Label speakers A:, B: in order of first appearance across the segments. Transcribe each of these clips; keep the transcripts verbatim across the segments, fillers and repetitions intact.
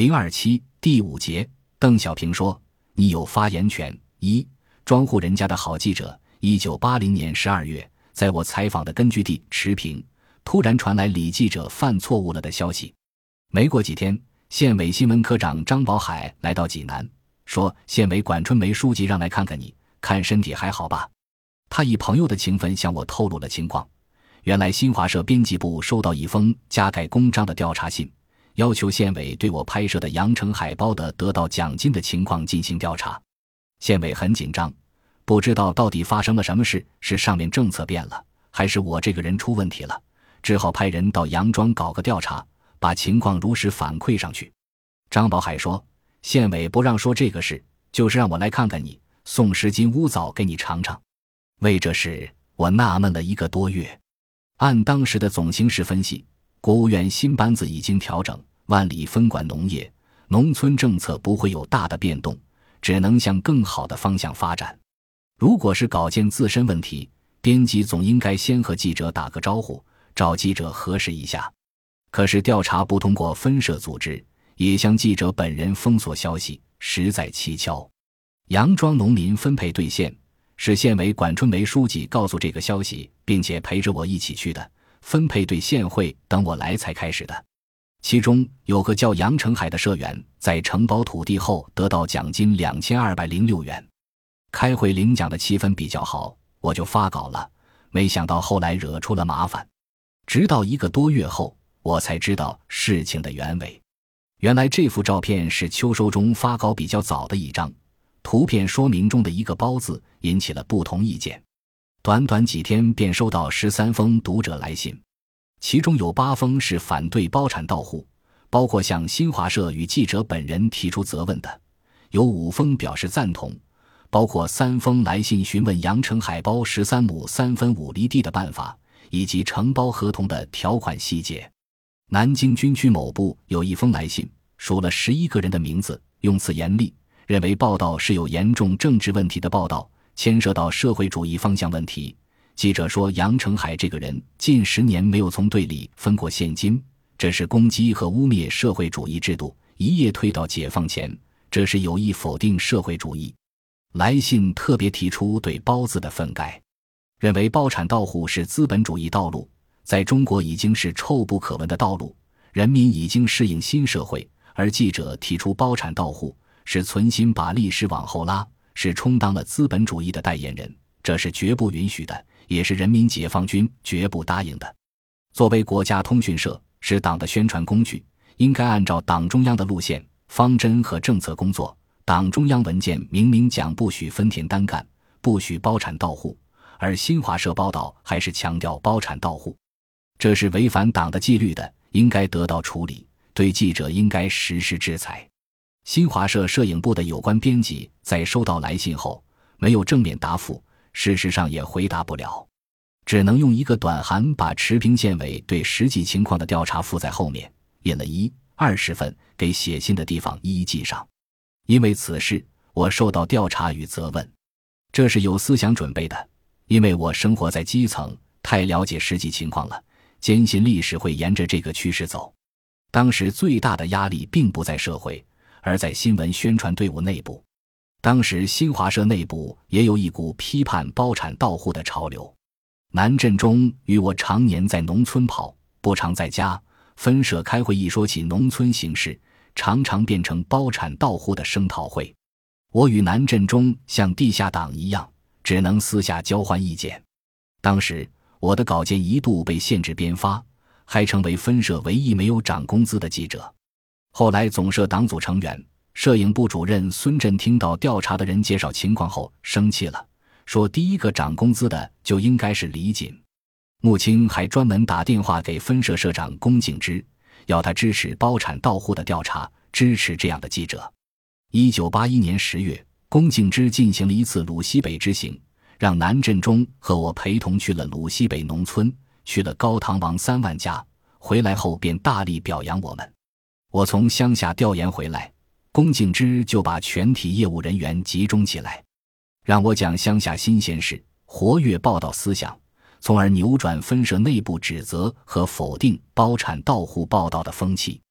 A: 零二七第五节，邓小平说：“你有发言权。”一、庄户人家的好记者。一九八零年十二月，在我采访的根据地持平，突然传来李记者犯错误了的消息。没过几天，县委新闻科长张宝海来到济南，说县委管春梅书记让来看看你，看身体还好吧。他以朋友的情分向我透露了情况。原来新华社编辑部收到一封加盖公章的调查信，要求县委对我拍摄的羊城海报的得到奖金的情况进行调查。县委很紧张，不知道到底发生了什么事，是上面政策变了，还是我这个人出问题了，只好派人到杨庄搞个调查，把情况如实反馈上去。张宝海说，县委不让说这个事，就是让我来看看你，送十斤乌枣给你尝尝。为这事我纳闷了一个多月。按当时的总形势分析，国务院新班子已经调整，万里分管农业，农村政策不会有大的变动，只能向更好的方向发展。如果是稿件自身问题，编辑总应该先和记者打个招呼，找记者核实一下。可是调查不通过分社组织，也向记者本人封锁消息，实在蹊跷。杨庄农民分配兑现，是县委管春梅书记告诉这个消息，并且陪着我一起去的，分配兑现会等我来才开始的。其中有个叫杨成海的社员在承包土地后得到奖金两千二百零六元。开会领奖的气氛比较好，我就发稿了，没想到后来惹出了麻烦。直到一个多月后，我才知道事情的原委。原来这幅照片是秋收中发稿比较早的一张，图片说明中的一个包字引起了不同意见。短短几天便收到十三封读者来信，其中有八封是反对包产到户，包括向新华社与记者本人提出责问的，有五封表示赞同，包括三封来信询问羊城海包十三亩三分五厘地的办法，以及承包合同的条款细节。南京军区某部有一封来信，数了十一个人的名字，用词严厉，认为报道是有严重政治问题的报道，牵涉到社会主义方向问题。记者说杨成海这个人近十年没有从队里分过现金，这是攻击和污蔑社会主义制度，一夜推到解放前，这是有意否定社会主义。来信特别提出对包字的愤慨，认为包产到户是资本主义道路，在中国已经是臭不可闻的道路，人民已经适应新社会，而记者提出包产到户，是存心把历史往后拉，是充当了资本主义的代言人，这是绝不允许的，也是人民解放军绝不答应的。作为国家通讯社，是党的宣传工具，应该按照党中央的路线、方针和政策工作。党中央文件明明讲不许分田单干，不许包产到户，而新华社报道还是强调包产到户，这是违反党的纪律的，应该得到处理，对记者应该实施制裁。新华社摄影部的有关编辑在收到来信后没有正面答复，事实上也回答不了，只能用一个短函把持平县委对实际情况的调查附在后面，印了一二十份，给写信的地方一一记上。因为此事我受到调查与责问，这是有思想准备的，因为我生活在基层，太了解实际情况了，坚信历史会沿着这个趋势走。当时最大的压力并不在社会，而在新闻宣传队伍内部。当时新华社内部也有一股批判包产到户的潮流。南振中与我常年在农村跑，不常在家，分社开会一说起农村形势，常常变成包产到户的声讨会。我与南振中像地下党一样，只能私下交换意见。当时我的稿件一度被限制编发，还成为分社唯一没有涨工资的记者。后来总社党组成员、摄影部主任孙震听到调查的人介绍情况后生气了，说第一个涨工资的就应该是李锦。穆青还专门打电话给分社社长龚敬之，要他支持包产到户的调查，支持这样的记者。一九八一年十月，龚敬之进行了一次鲁西北之行，让南振中和我陪同去了鲁西北农村，去了高唐王三万家，回来后便大力表扬我们。我从乡下调研回来，龚敬之就把全体业务人员集中起来，让我讲乡下新鲜事，活跃报道思想，从而扭转分社内部指责和否定包产到户报道的风气。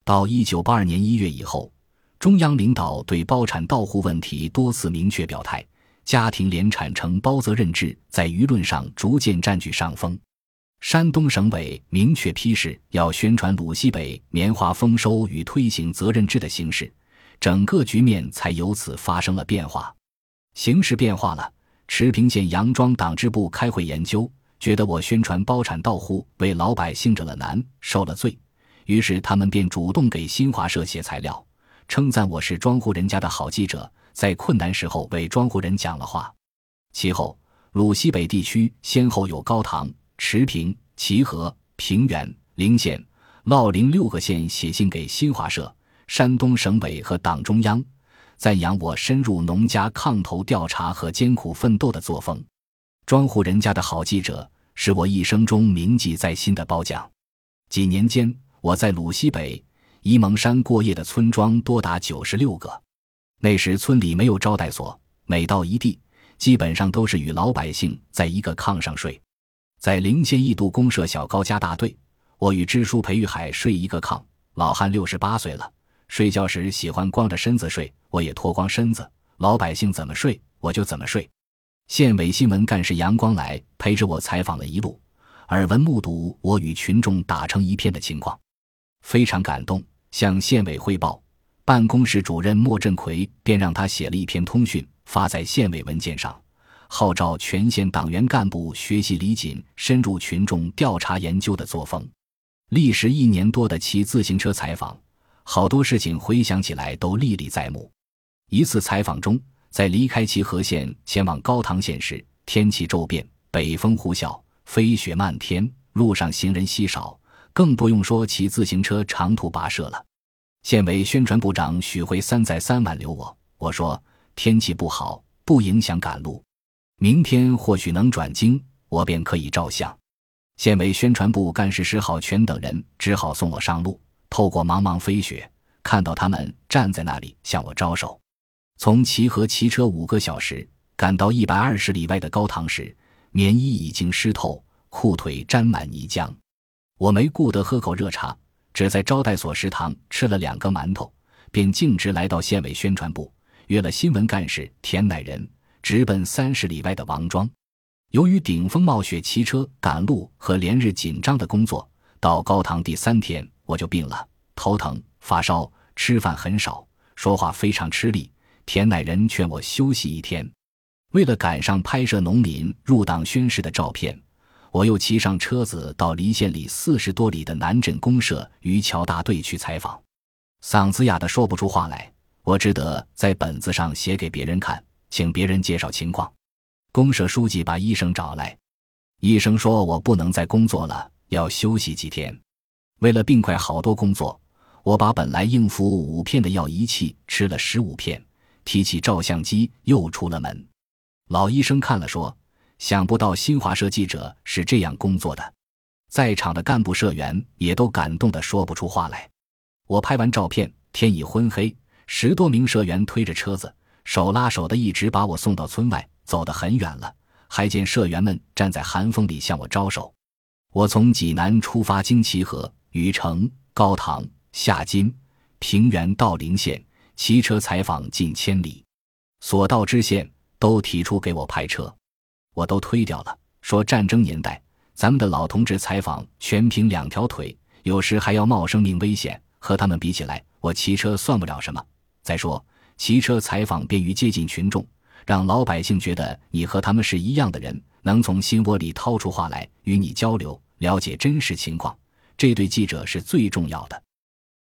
A: 到一九八二年一月以后，中央领导对包产到户问题多次明确表态，家庭联产承包责任制在舆论上逐渐占据上风。山东省委明确批示要宣传鲁西北棉花丰收与推行责任制的形势，整个局面才由此发生了变化。形势变化了，池平县杨庄党支部开会研究，觉得我宣传包产到户为老百姓惹了难，受了罪，于是他们便主动给新华社写材料，称赞我是庄户人家的好记者，在困难时候为庄户人讲了话。其后鲁西北地区先后有高唐、池平、齐河、平原、陵县、乐陵六个县写信给新华社、山东省委和党中央，赞扬我深入农家炕头调查和艰苦奋斗的作风。庄户人家的好记者是我一生中铭记在心的褒奖。几年间，我在鲁西北、沂蒙山过夜的村庄多达九十六个。那时村里没有招待所，每到一地，基本上都是与老百姓在一个炕上睡。在陵县一度公社小高家大队，我与支书裴玉海睡一个炕。老汉六十八岁了，睡觉时喜欢光着身子睡，我也脱光身子，老百姓怎么睡我就怎么睡。县委新闻干事杨光来陪着我采访了一路，耳闻目睹我与群众打成一片的情况，非常感动，向县委汇报。办公室主任莫振奎便让他写了一篇通讯发在县委文件上，号召全县党员干部学习李锦深入群众调查研究的作风。历时一年多的骑自行车采访，好多事情回想起来都历历在目。一次采访中，在离开齐河县前往高唐县时，天气骤变，北风呼啸，飞雪漫天，路上行人稀少，更不用说骑自行车长途跋涉了。县委宣传部长许会三再三挽留我，我说天气不好，不影响赶路，明天或许能转经，我便可以照相。县委宣传部干事石浩全等人只好送我上路，透过茫茫飞雪，看到他们站在那里向我招手。从齐河骑车五个小时赶到一百二十里外的高唐时，棉衣已经湿透，裤腿沾满泥浆。我没顾得喝口热茶，只在招待所食堂吃了两个馒头，便径直来到县委宣传部，约了新闻干事田乃仁，直奔三十里外的王庄。由于顶风冒雪骑车赶路和连日紧张的工作，到高唐第三天我就病了，头疼发烧，吃饭很少，说话非常吃力。田乃仁劝我休息一天。为了赶上拍摄农民入党宣誓的照片，我又骑上车子到离县里四十多里的南镇公社渔桥大队去采访。嗓子哑得说不出话来，我只得在本子上写给别人看，请别人介绍情况。公社书记把医生找来，医生说我不能再工作了，要休息几天。为了病快好多工作，我把本来应付五片的药仪器吃了十五片，提起照相机又出了门。老医生看了说，想不到新华社记者是这样工作的。在场的干部社员也都感动得说不出话来。我拍完照片，天已昏黑，十多名社员推着车子，手拉手的一直把我送到村外，走得很远了，还见社员们站在寒风里向我招手。我从济南出发，经齐河、禹城、高唐、下金、平原到陵县，骑车采访近千里，所到之县都提出给我派车，我都推掉了，说战争年代咱们的老同志采访全凭两条腿，有时还要冒生命危险，和他们比起来，我骑车算不了什么。再说骑车采访便于接近群众，让老百姓觉得你和他们是一样的人，能从心窝里掏出话来与你交流，了解真实情况，这对记者是最重要的。